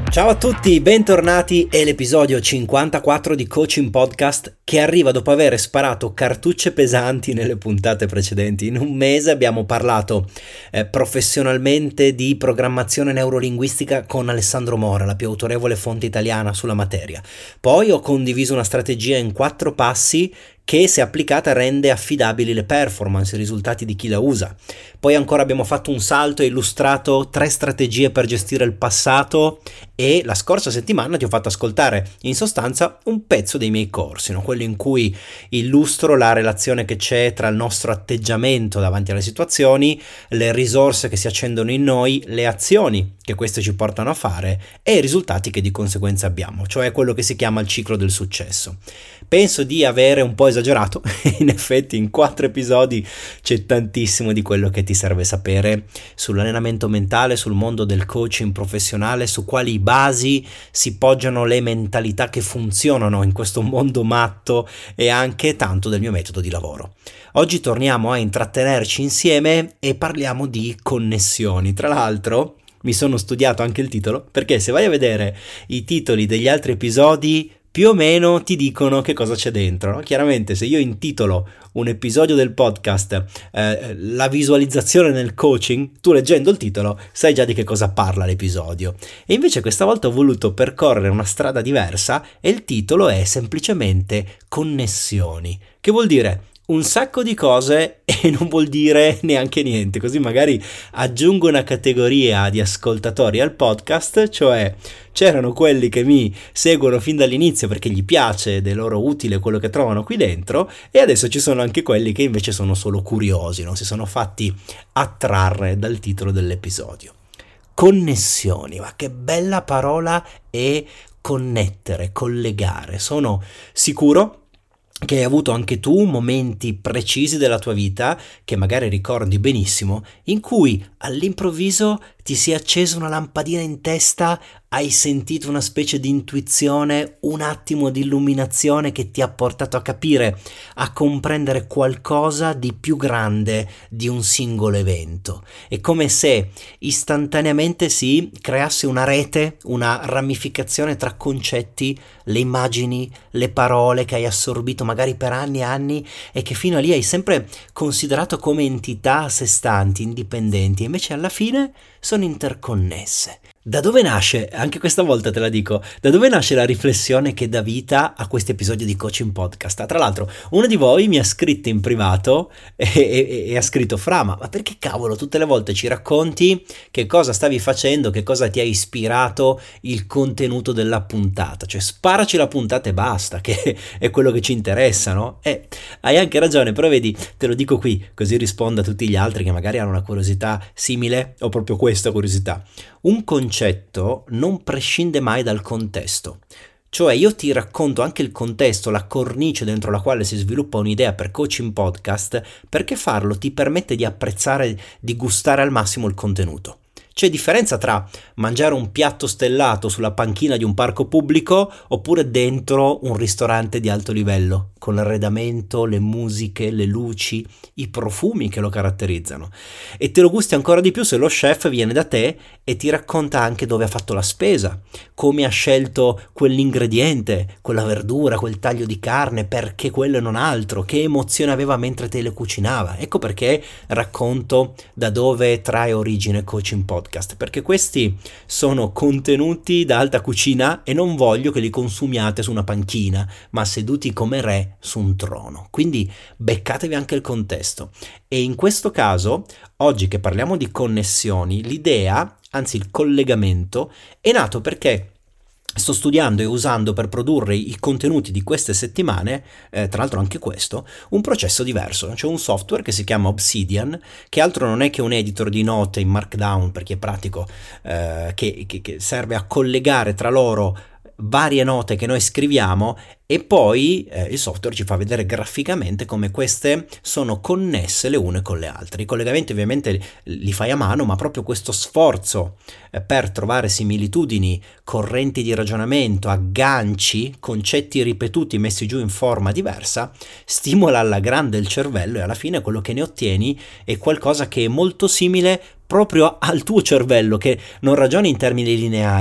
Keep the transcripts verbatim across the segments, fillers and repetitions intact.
Ciao a tutti, bentornati. È l'episodio cinquantaquattro di Coaching Podcast che arriva dopo aver sparato cartucce pesanti nelle puntate precedenti. In un mese abbiamo parlato eh, professionalmente di programmazione neurolinguistica con Alessandro Mora, la più autorevole fonte italiana sulla materia. Poi ho condiviso una strategia in quattro passi che, se applicata, rende affidabili le performance, i risultati di chi la usa. Poi ancora abbiamo fatto un salto e illustrato tre strategie per gestire il passato, e la scorsa settimana ti ho fatto ascoltare in sostanza un pezzo dei miei corsi, no? Quello in cui illustro la relazione che c'è tra il nostro atteggiamento davanti alle situazioni, le risorse che si accendono in noi, le azioni che queste ci portano a fare e i risultati che di conseguenza abbiamo, cioè quello che si chiama il ciclo del successo. Penso di avere un po' esagerato, in effetti in quattro episodi c'è tantissimo di quello che ti serve sapere sull'allenamento mentale, sul mondo del coaching professionale, su quali basi si poggiano le mentalità che funzionano in questo mondo matto e anche tanto del mio metodo di lavoro. Oggi torniamo a intrattenerci insieme e parliamo di connessioni. Tra l'altro mi sono studiato anche il titolo, perché se vai a vedere i titoli degli altri episodi più o meno ti dicono che cosa c'è dentro, no? Chiaramente se io intitolo un episodio del podcast eh, la visualizzazione nel coaching, tu leggendo il titolo sai già di che cosa parla l'episodio. E invece questa volta ho voluto percorrere una strada diversa e il titolo è semplicemente connessioni, che vuol dire un sacco di cose e non vuol dire neanche niente, così magari aggiungo una categoria di ascoltatori al podcast, cioè c'erano quelli che mi seguono fin dall'inizio perché gli piace ed è loro utile quello che trovano qui dentro, e adesso ci sono anche quelli che invece sono solo curiosi, non si sono fatti attrarre dal titolo dell'episodio. Connessioni, ma che bella parola è connettere, collegare. Sono sicuro che hai avuto anche tu momenti precisi della tua vita, che magari ricordi benissimo, in cui all'improvviso ti si è accesa una lampadina in testa, hai sentito una specie di intuizione, un attimo di illuminazione che ti ha portato a capire, a comprendere qualcosa di più grande di un singolo evento. È come se istantaneamente si creasse una rete, una ramificazione tra concetti, le immagini, le parole che hai assorbito magari per anni e anni e che fino a lì hai sempre considerato come entità a sé stanti, indipendenti, e invece alla fine sono interconnesse. Da dove nasce, anche questa volta te la dico, da dove nasce la riflessione che dà vita a questo episodio di Coaching Podcast? Tra l'altro, uno di voi mi ha scritto in privato e, e, e ha scritto: Fra, ma perché cavolo tutte le volte ci racconti che cosa stavi facendo, che cosa ti ha ispirato il contenuto della puntata? Cioè sparaci la puntata e basta, che è quello che ci interessa, no? E hai anche ragione, però vedi, te lo dico qui, così rispondo a tutti gli altri che magari hanno una curiosità simile o proprio questa curiosità. Un concetto non prescinde mai dal contesto, cioè io ti racconto anche il contesto, la cornice dentro la quale si sviluppa un'idea per Coaching Podcast, perché farlo ti permette di apprezzare, di gustare al massimo il contenuto. C'è differenza tra mangiare un piatto stellato sulla panchina di un parco pubblico oppure dentro un ristorante di alto livello, con l'arredamento, le musiche, le luci, i profumi che lo caratterizzano. E te lo gusti ancora di più se lo chef viene da te e ti racconta anche dove ha fatto la spesa, come ha scelto quell'ingrediente, quella verdura, quel taglio di carne, perché quello e non altro, che emozione aveva mentre te le cucinava. Ecco perché racconto da dove trae origine Coaching Podcast, perché questi sono contenuti da alta cucina e non voglio che li consumiate su una panchina, ma seduti come re su un trono. Quindi beccatevi anche il contesto. E in questo caso, oggi che parliamo di connessioni, l'idea, anzi il collegamento, è nato perché sto studiando e usando per produrre i contenuti di queste settimane, eh, tra l'altro anche questo, un processo diverso. C'è un software che si chiama Obsidian, che altro non è che un editor di note in Markdown, perché è pratico, eh, che, che, che serve a collegare tra loro varie note che noi scriviamo, e poi eh, il software ci fa vedere graficamente come queste sono connesse le une con le altre. I collegamenti ovviamente li fai a mano, ma proprio questo sforzo eh, per trovare similitudini, correnti di ragionamento, agganci, concetti ripetuti messi giù in forma diversa, stimola alla grande il cervello, e alla fine quello che ne ottieni è qualcosa che è molto simile proprio al tuo cervello, che non ragiona in termini lineari,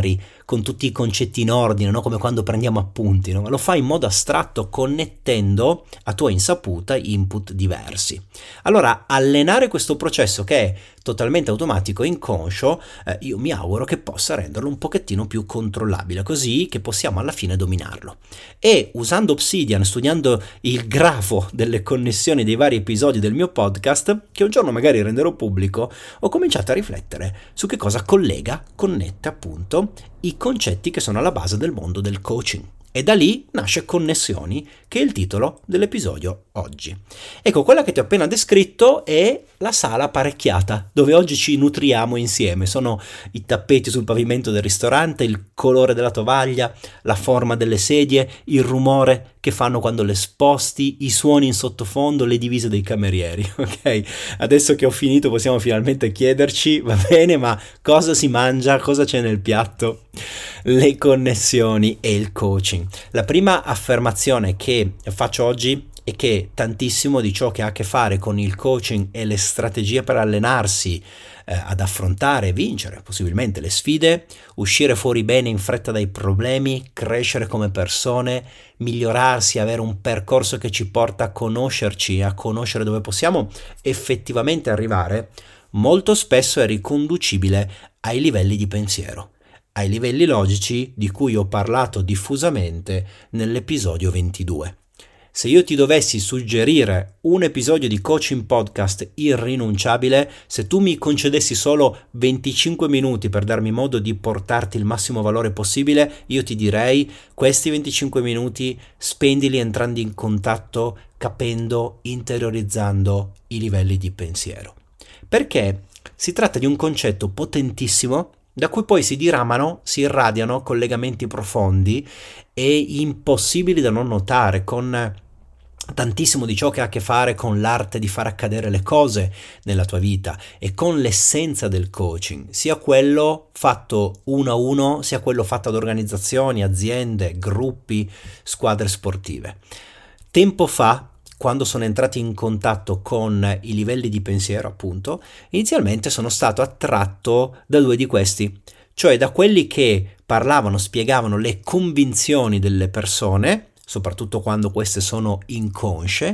con tutti i concetti in ordine, no? Come quando prendiamo appunti, no? Ma lo fai in modo astratto, connettendo a tua insaputa input diversi. Allora, allenare questo processo che è totalmente automatico e inconscio, eh, io mi auguro che possa renderlo un pochettino più controllabile, così che possiamo alla fine dominarlo. E usando Obsidian, studiando il grafo delle connessioni dei vari episodi del mio podcast, che un giorno magari renderò pubblico, ho cominciato a riflettere su che cosa collega, connette appunto i concetti che sono alla base del mondo del coaching. E da lì nasce Connessioni, che è il titolo dell'episodio oggi. Ecco, quella che ti ho appena descritto è la sala apparecchiata, dove oggi ci nutriamo insieme. Sono i tappeti sul pavimento del ristorante, il colore della tovaglia, la forma delle sedie, il rumore che fanno quando le sposti, i suoni in sottofondo, le divise dei camerieri, ok? Adesso che ho finito possiamo finalmente chiederci, va bene, ma cosa si mangia, cosa c'è nel piatto? Le connessioni e il coaching. La prima affermazione che faccio oggi è che tantissimo di ciò che ha a che fare con il coaching e le strategie per allenarsi eh, ad affrontare e vincere possibilmente le sfide, uscire fuori bene in fretta dai problemi, crescere come persone, migliorarsi, avere un percorso che ci porta a conoscerci, a conoscere dove possiamo effettivamente arrivare, molto spesso è riconducibile ai livelli di pensiero, ai livelli logici di cui ho parlato diffusamente nell'episodio ventidue. Se io ti dovessi suggerire un episodio di coaching podcast irrinunciabile, se tu mi concedessi solo venticinque minuti per darmi modo di portarti il massimo valore possibile, io ti direi: questi venticinque minuti spendili entrando in contatto, capendo, interiorizzando i livelli di pensiero. Perché si tratta di un concetto potentissimo da cui poi si diramano, si irradiano collegamenti profondi e impossibili da non notare, con tantissimo di ciò che ha a che fare con l'arte di far accadere le cose nella tua vita e con l'essenza del coaching, sia quello fatto uno a uno, sia quello fatto ad organizzazioni, aziende, gruppi, squadre sportive. Tempo fa, quando sono entrato in contatto con i livelli di pensiero, appunto, inizialmente sono stato attratto da due di questi, cioè da quelli che parlavano, spiegavano le convinzioni delle persone, soprattutto quando queste sono inconsce,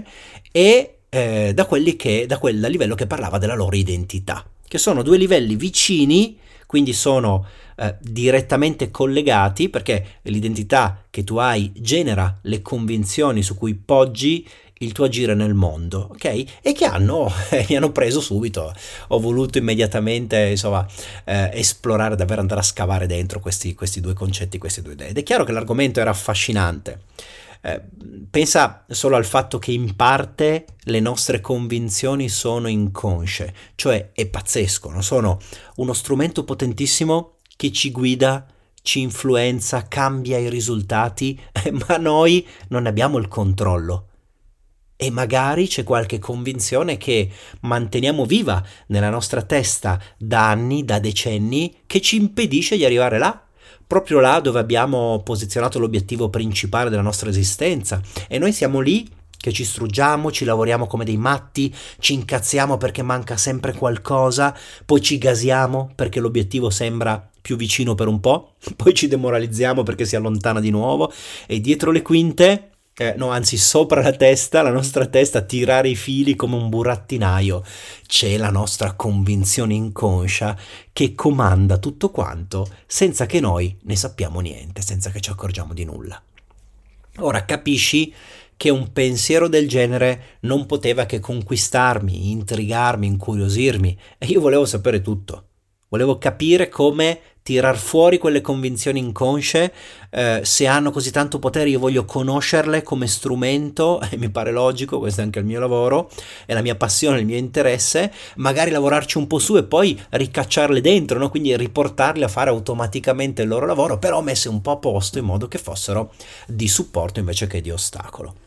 e eh, da quelli che, da quel da livello che parlava della loro identità, che sono due livelli vicini, quindi sono eh, direttamente collegati, perché l'identità che tu hai genera le convinzioni su cui poggi il tuo agire nel mondo, ok? E che hanno, eh, mi hanno preso subito. Ho voluto immediatamente, insomma, eh, esplorare, davvero andare a scavare dentro questi, questi due concetti, queste due idee. Ed è chiaro che l'argomento era affascinante. Eh, pensa solo al fatto che in parte le nostre convinzioni sono inconsce, cioè è pazzesco, no? Sono uno strumento potentissimo che ci guida, ci influenza, cambia i risultati, ma noi non ne abbiamo il controllo. E magari c'è qualche convinzione che manteniamo viva nella nostra testa da anni, da decenni, che ci impedisce di arrivare là, proprio là dove abbiamo posizionato l'obiettivo principale della nostra esistenza. E noi siamo lì che ci struggiamo, ci lavoriamo come dei matti, ci incazziamo perché manca sempre qualcosa, poi ci gasiamo perché l'obiettivo sembra più vicino per un po', poi ci demoralizziamo perché si allontana di nuovo, e dietro le quinte, Eh, no, anzi sopra la testa, la nostra testa, a tirare i fili come un burattinaio, c'è la nostra convinzione inconscia che comanda tutto quanto senza che noi ne sappiamo niente, senza che ci accorgiamo di nulla. Ora capisci che un pensiero del genere non poteva che conquistarmi, intrigarmi, incuriosirmi, e io volevo sapere tutto. Volevo capire come tirar fuori quelle convinzioni inconsce, eh, se hanno così tanto potere io voglio conoscerle come strumento, e mi pare logico, questo è anche il mio lavoro, è la mia passione, il mio interesse, magari lavorarci un po' su e poi ricacciarle dentro, no? Quindi riportarle a fare automaticamente il loro lavoro, però messe un po' a posto in modo che fossero di supporto invece che di ostacolo.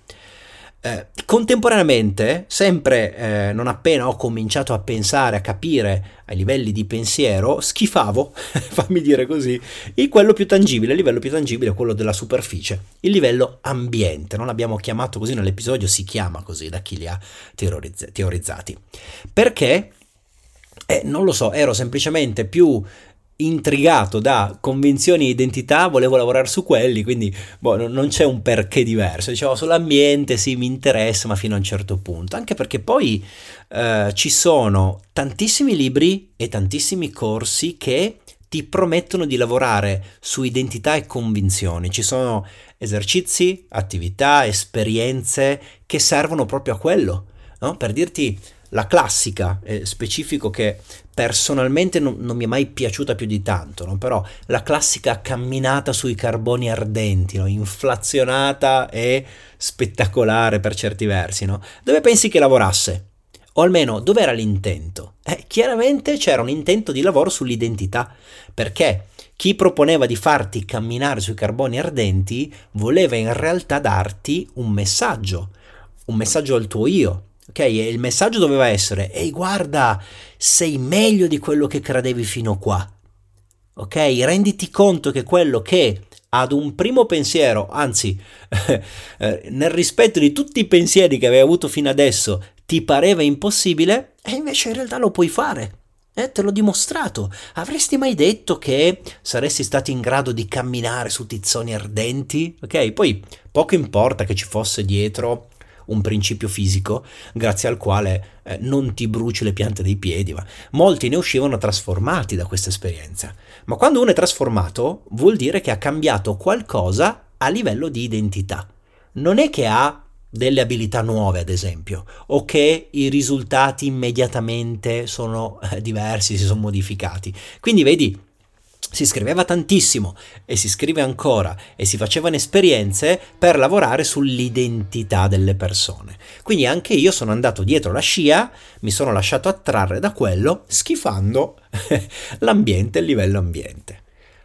Eh, contemporaneamente, sempre eh, non appena ho cominciato a pensare, a capire ai livelli di pensiero, schifavo, fammi dire così, il quello più tangibile, il livello più tangibile è quello della superficie, il livello ambiente, non l'abbiamo chiamato così nell'episodio, si chiama così da chi li ha teorizz- teorizzati. Perché? Eh, non lo so, ero semplicemente più intrigato da convinzioni e identità, volevo lavorare su quelli, quindi boh, non, non c'è un perché diverso. Dicevo sull'ambiente, sì, mi interessa, ma fino a un certo punto, anche perché poi eh, ci sono tantissimi libri e tantissimi corsi che ti promettono di lavorare su identità e convinzioni. Ci sono esercizi, attività, esperienze che servono proprio a quello, no? Per dirti la classica, eh, specifico che personalmente non, non mi è mai piaciuta più di tanto, no? Però la classica camminata sui carboni ardenti, no? Inflazionata e spettacolare per certi versi, no? Dove pensi che lavorasse? O almeno, dov'era l'intento? Eh, chiaramente c'era un intento di lavoro sull'identità, perché chi proponeva di farti camminare sui carboni ardenti voleva in realtà darti un messaggio, un messaggio al tuo io. Ok, e il messaggio doveva essere: ehi, guarda, sei meglio di quello che credevi fino qua. Ok, renditi conto che quello che ad un primo pensiero, anzi, nel rispetto di tutti i pensieri che avevi avuto fino adesso, ti pareva impossibile, e invece in realtà lo puoi fare. Eh, te l'ho dimostrato. Avresti mai detto che saresti stato in grado di camminare su tizzoni ardenti? Ok, poi poco importa che ci fosse dietro un principio fisico grazie al quale eh, non ti bruci le piante dei piedi, ma molti ne uscivano trasformati da questa esperienza. Ma quando uno è trasformato vuol dire che ha cambiato qualcosa a livello di identità. Non è che ha delle abilità nuove, ad esempio, o che i risultati immediatamente sono eh, diversi, si sono modificati. Quindi vedi, si scriveva tantissimo e si scrive ancora e si facevano esperienze per lavorare sull'identità delle persone. Quindi anche io sono andato dietro la scia, mi sono lasciato attrarre da quello, schifando l'ambiente, il livello ambiente.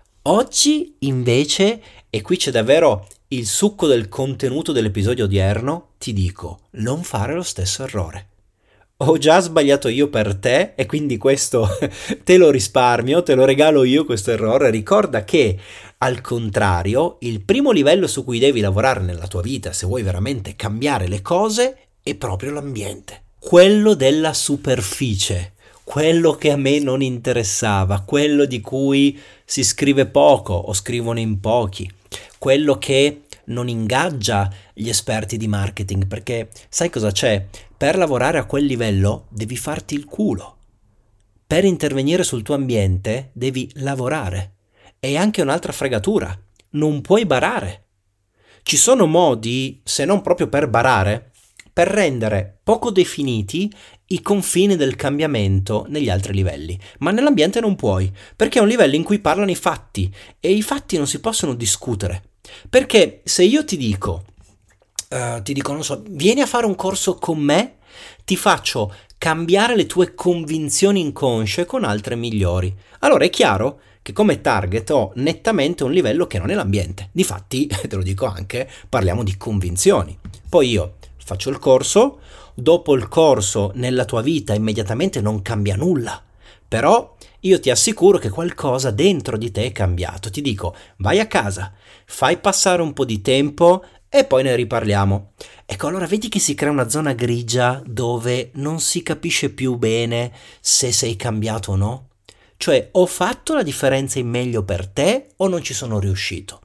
Oggi invece, e qui c'è davvero il succo del contenuto dell'episodio odierno, ti dico: non fare lo stesso errore. Ho già sbagliato io per te e quindi questo te lo risparmio, te lo regalo io questo errore. Ricorda che al contrario, il primo livello su cui devi lavorare nella tua vita, se vuoi veramente cambiare le cose, è proprio l'ambiente. Quello della superficie, quello che a me non interessava, quello di cui si scrive poco o scrivono in pochi, quello che non ingaggia gli esperti di marketing, perché sai cosa c'è? Per lavorare a quel livello devi farti il culo. Per intervenire sul tuo ambiente devi lavorare. E anche un'altra fregatura: non puoi barare. Ci sono modi, se non proprio per barare, per rendere poco definiti i confini del cambiamento negli altri livelli. Ma nell'ambiente non puoi, perché è un livello in cui parlano i fatti e i fatti non si possono discutere. Perché se io ti dico, uh, ti dico, non so, vieni a fare un corso con me, ti faccio cambiare le tue convinzioni inconsce con altre migliori. Allora è chiaro che come target ho nettamente un livello che non è l'ambiente. Difatti, te lo dico anche, parliamo di convinzioni. Poi io faccio il corso, dopo il corso nella tua vita immediatamente non cambia nulla, però io ti assicuro che qualcosa dentro di te è cambiato. Ti dico: vai a casa, fai passare un po' di tempo e poi ne riparliamo. Ecco, allora vedi che si crea una zona grigia dove non si capisce più bene se sei cambiato o no? Cioè, ho fatto la differenza in meglio per te o non ci sono riuscito?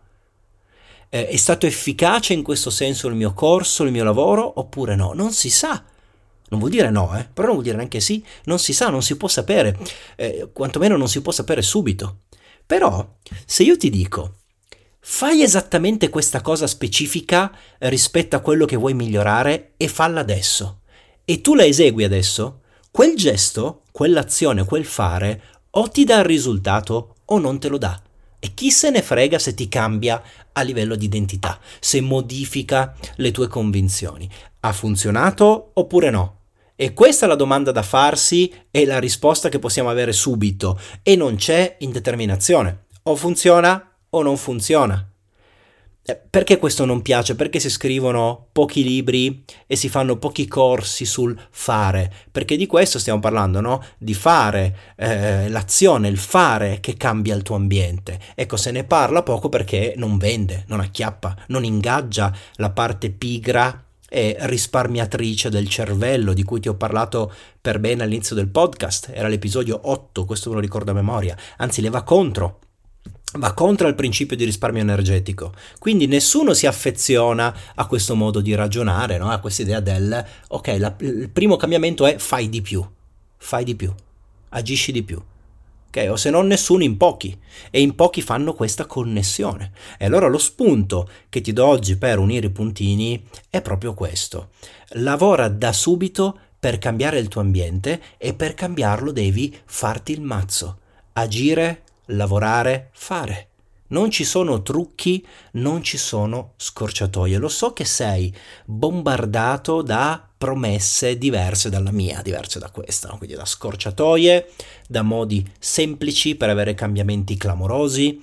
Eh, è stato efficace in questo senso il mio corso, il mio lavoro, oppure no? Non si sa. Non vuol dire no, eh? Però non vuol dire neanche sì. Non si sa, non si può sapere. Eh, quantomeno non si può sapere subito. Però, se io ti dico: fai esattamente questa cosa specifica rispetto a quello che vuoi migliorare e falla adesso, e tu la esegui adesso, quel gesto, quell'azione, quel fare, o ti dà il risultato o non te lo dà. E chi se ne frega se ti cambia a livello di identità, se modifica le tue convinzioni. Ha funzionato oppure no? E questa è la domanda da farsi e la risposta che possiamo avere subito, e non c'è indeterminazione. O funziona o non funziona. Perché questo non piace? Perché si scrivono pochi libri e si fanno pochi corsi sul fare? Perché di questo stiamo parlando, no? Di fare, eh, l'azione, il fare che cambia il tuo ambiente. Ecco, se ne parla poco perché non vende, non acchiappa, non ingaggia la parte pigra è risparmiatrice del cervello, di cui ti ho parlato per bene all'inizio del podcast, era l'episodio otto, questo me lo ricordo a memoria, anzi le va contro. Va contro il principio di risparmio energetico, quindi nessuno si affeziona a questo modo di ragionare, no? A questa idea del ok, la, il primo cambiamento è fai di più, fai di più, agisci di più, ok? O se non nessuno, in pochi, e in pochi fanno questa connessione. E allora lo spunto che ti do oggi per unire i puntini è proprio questo: lavora da subito per cambiare il tuo ambiente, e per cambiarlo devi farti il mazzo, agire, lavorare, fare. Non ci sono trucchi, non ci sono scorciatoie. Lo so che sei bombardato da promesse diverse dalla mia, diverse da questa, no? Quindi da scorciatoie, da modi semplici per avere cambiamenti clamorosi.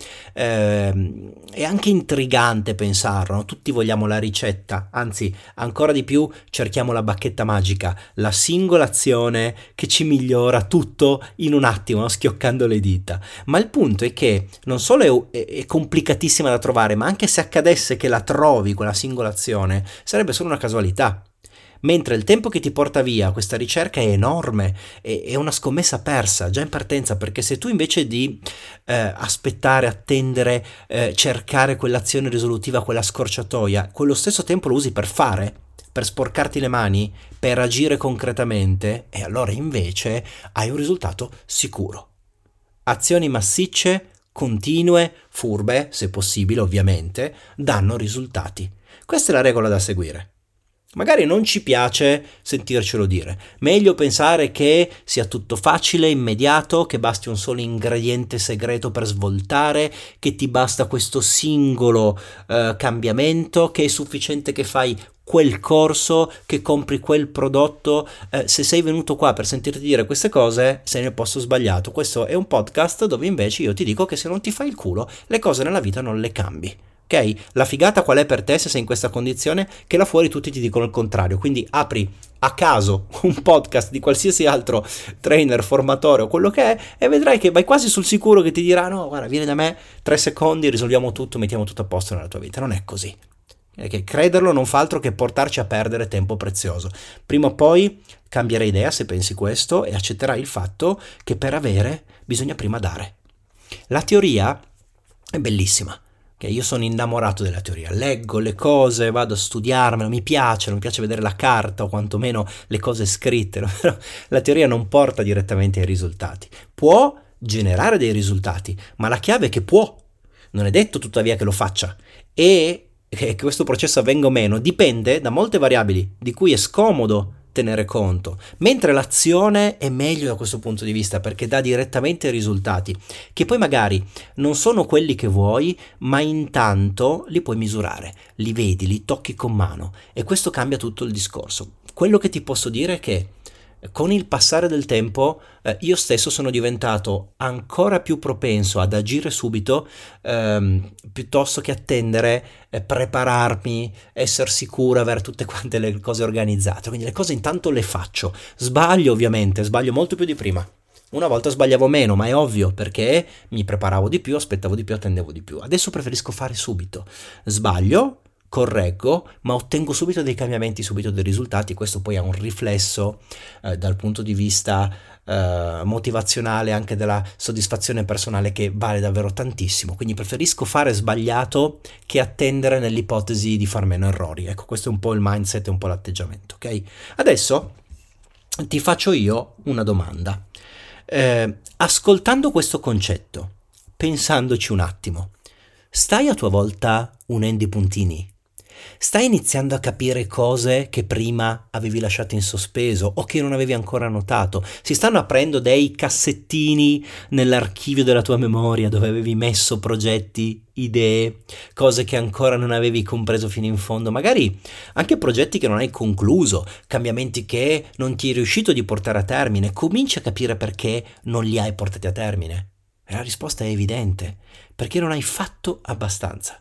Ehm, è anche intrigante pensarlo, no? Tutti vogliamo la ricetta, anzi ancora di più cerchiamo la bacchetta magica, la singola azione che ci migliora tutto in un attimo, no? Schioccando le dita. Ma il punto è che non solo è, è, è complicatissima da trovare, ma anche se accadesse che la trovi quella singola azione, sarebbe solo una casualità. Mentre il tempo che ti porta via questa ricerca è enorme, è, è una scommessa persa già in partenza, perché se tu invece di eh, aspettare, attendere, eh, cercare quell'azione risolutiva, quella scorciatoia, quello stesso tempo lo usi per fare, per sporcarti le mani, per agire concretamente, e allora invece hai un risultato sicuro. Azioni massicce, continue, furbe, se possibile ovviamente, danno risultati. Questa è la regola da seguire. Magari non ci piace sentircelo dire, meglio pensare che sia tutto facile, immediato, che basti un solo ingrediente segreto per svoltare, che ti basta questo singolo eh, cambiamento, che è sufficiente che fai quel corso, che compri quel prodotto. Eh, se sei venuto qua per sentirti dire queste cose, sei nel posto sbagliato. Questo è un podcast dove invece io ti dico che se non ti fai il culo, le cose nella vita non le cambi. Ok? La figata qual è per te se sei in questa condizione? Che là fuori tutti ti dicono il contrario. Quindi apri a caso un podcast di qualsiasi altro trainer, formatore o quello che è, e vedrai che vai quasi sul sicuro che ti dirà: no, guarda, vieni da me, tre secondi, risolviamo tutto, mettiamo tutto a posto nella tua vita. Non è così. È che crederlo non fa altro che portarci a perdere tempo prezioso. Prima o poi cambierai idea se pensi questo, e accetterai il fatto che per avere bisogna prima dare. La teoria è bellissima. Okay, io sono innamorato della teoria, leggo le cose, vado a studiarmela, mi piace, non mi piace vedere la carta o quantomeno le cose scritte, no? La teoria non porta direttamente ai risultati, può generare dei risultati, ma la chiave è che può, non è detto tuttavia che lo faccia, e che questo processo avvenga o meno dipende da molte variabili di cui è scomodo tenere conto, mentre l'azione è meglio da questo punto di vista perché dà direttamente risultati che poi magari non sono quelli che vuoi, ma intanto li puoi misurare, li vedi, li tocchi con mano, e questo cambia tutto il discorso. Quello che ti posso dire è che con il passare del tempo eh, io stesso sono diventato ancora più propenso ad agire subito ehm, piuttosto che attendere, eh, prepararmi, essere sicuro, avere tutte quante le cose organizzate. Quindi le cose intanto le faccio. Sbaglio ovviamente, sbaglio molto più di prima. Una volta sbagliavo meno, ma è ovvio, perché mi preparavo di più, aspettavo di più, attendevo di più. Adesso preferisco fare subito. Sbaglio, correggo, ma ottengo subito dei cambiamenti, subito dei risultati. Questo poi ha un riflesso eh, dal punto di vista eh, motivazionale, anche della soddisfazione personale, che vale davvero tantissimo. Quindi preferisco fare sbagliato che attendere nell'ipotesi di far meno errori. Ecco, questo è un po' il mindset e un po' l'atteggiamento, ok? Adesso ti faccio io una domanda. Eh, ascoltando questo concetto, pensandoci un attimo, stai a tua volta unendo i puntini? Stai iniziando a capire cose che prima avevi lasciato in sospeso o che non avevi ancora notato? Si stanno aprendo dei cassettini nell'archivio della tua memoria dove avevi messo progetti, idee, cose che ancora non avevi compreso fino in fondo, magari anche progetti che non hai concluso, cambiamenti che non ti è riuscito di portare a termine. Cominci a capire perché non li hai portati a termine. E la risposta è evidente: perché non hai fatto abbastanza.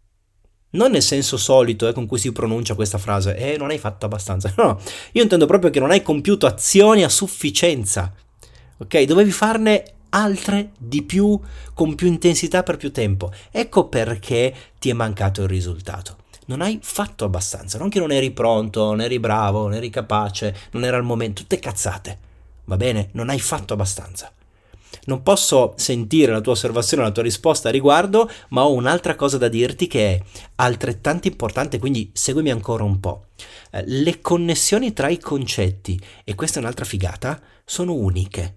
Non nel senso solito eh, con cui si pronuncia questa frase, eh, non hai fatto abbastanza. No, io intendo proprio che non hai compiuto azioni a sufficienza. Ok? Dovevi farne altre di più, con più intensità per più tempo. Ecco perché ti è mancato il risultato. non hai fatto abbastanza, non che non eri pronto, non eri bravo, non eri capace, non era il momento, tutte cazzate, va bene? Non hai fatto abbastanza. Non posso sentire la tua osservazione, la tua risposta a riguardo, ma ho un'altra cosa da dirti che è altrettanto importante, quindi seguimi ancora un po'. Eh, le connessioni tra i concetti, e questa è un'altra figata, sono uniche,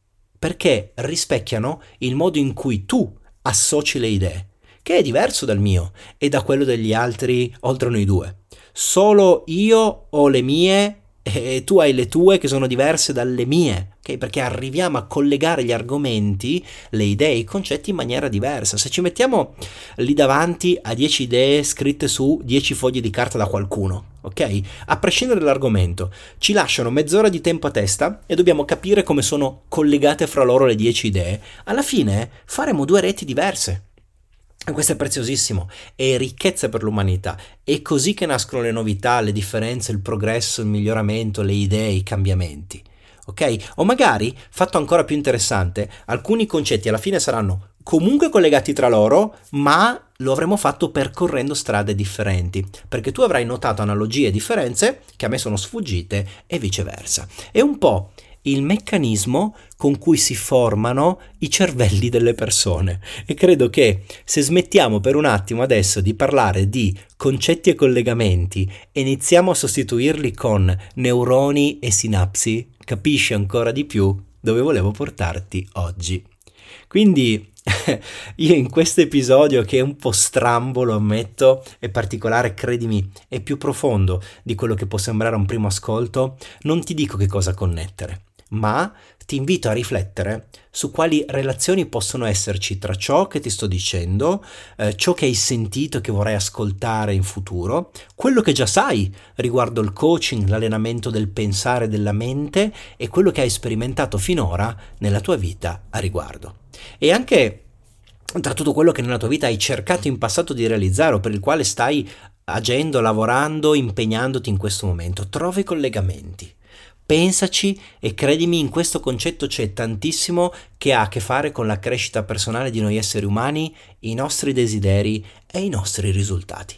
perché rispecchiano il modo in cui tu associ le idee, che è diverso dal mio e da quello degli altri oltre noi due. Solo io ho le mie e tu hai le tue che sono diverse dalle mie, ok? Perché arriviamo a collegare gli argomenti, le idee, i concetti in maniera diversa. Se ci mettiamo lì davanti a dieci idee scritte su dieci fogli di carta da qualcuno, ok? A prescindere dall'argomento, ci lasciano mezz'ora di tempo a testa e dobbiamo capire come sono collegate fra loro le dieci idee. Alla fine faremo due reti diverse. E questo è preziosissimo, è ricchezza per l'umanità, è così che nascono le novità, le differenze, il progresso, il miglioramento, le idee, i cambiamenti, ok? O magari, fatto ancora più interessante, alcuni concetti alla fine saranno comunque collegati tra loro, ma lo avremo fatto percorrendo strade differenti, perché tu avrai notato analogie e differenze che a me sono sfuggite e viceversa. È un po' il meccanismo con cui si formano i cervelli delle persone, e credo che se smettiamo per un attimo adesso di parlare di concetti e collegamenti e iniziamo a sostituirli con neuroni e sinapsi, capisci ancora di più dove volevo portarti oggi. Quindi io in questo episodio, che è un po' strambo, lo ammetto, è particolare, credimi, è più profondo di quello che può sembrare a un primo ascolto, non ti dico che cosa connettere, ma ti invito a riflettere su quali relazioni possono esserci tra ciò che ti sto dicendo, eh, ciò che hai sentito e che vorrai ascoltare in futuro, quello che già sai riguardo il coaching, l'allenamento del pensare, della mente, e quello che hai sperimentato finora nella tua vita a riguardo. E anche tra tutto quello che nella tua vita hai cercato in passato di realizzare o per il quale stai agendo, lavorando, impegnandoti in questo momento. Trovi collegamenti. Pensaci e credimi, in questo concetto c'è tantissimo che ha a che fare con la crescita personale di noi esseri umani, i nostri desideri e i nostri risultati.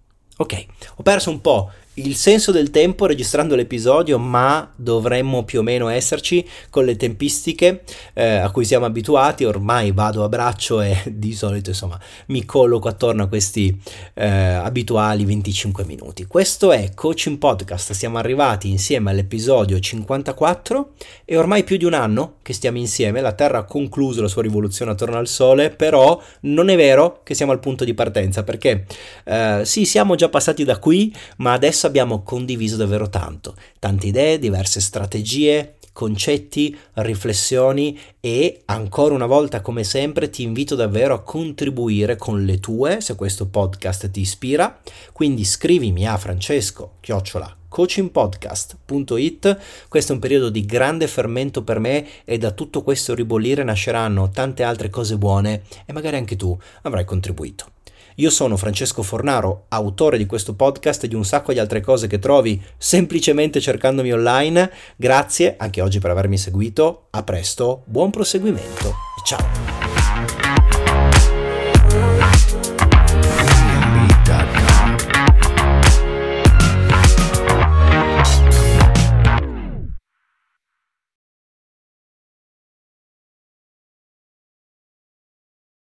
Ok, ho perso un po' il senso del tempo registrando l'episodio, ma dovremmo più o meno esserci con le tempistiche eh, a cui siamo abituati. Ormai vado a braccio e di solito insomma mi colloco attorno a questi eh, abituali venticinque minuti. Questo è Coaching Podcast, siamo arrivati insieme all'episodio cinquantaquattro e ormai più di un anno che stiamo insieme. La Terra ha concluso la sua rivoluzione attorno al Sole, però non è vero che siamo al punto di partenza, perché eh, sì, siamo già passati da qui, ma adesso abbiamo condiviso davvero tanto, tante idee, diverse strategie, concetti, riflessioni, e ancora una volta, come sempre, ti invito davvero a contribuire con le tue, se questo podcast ti ispira. Quindi scrivimi a Francesco chiocciola coachingpodcast punto it. Questo è un periodo di grande fermento per me e da tutto questo ribollire nasceranno tante altre cose buone e magari anche tu avrai contribuito. Io sono Francesco Fornaro, autore di questo podcast e di un sacco di altre cose che trovi semplicemente cercandomi online. Grazie anche oggi per avermi seguito, a presto, buon proseguimento, ciao!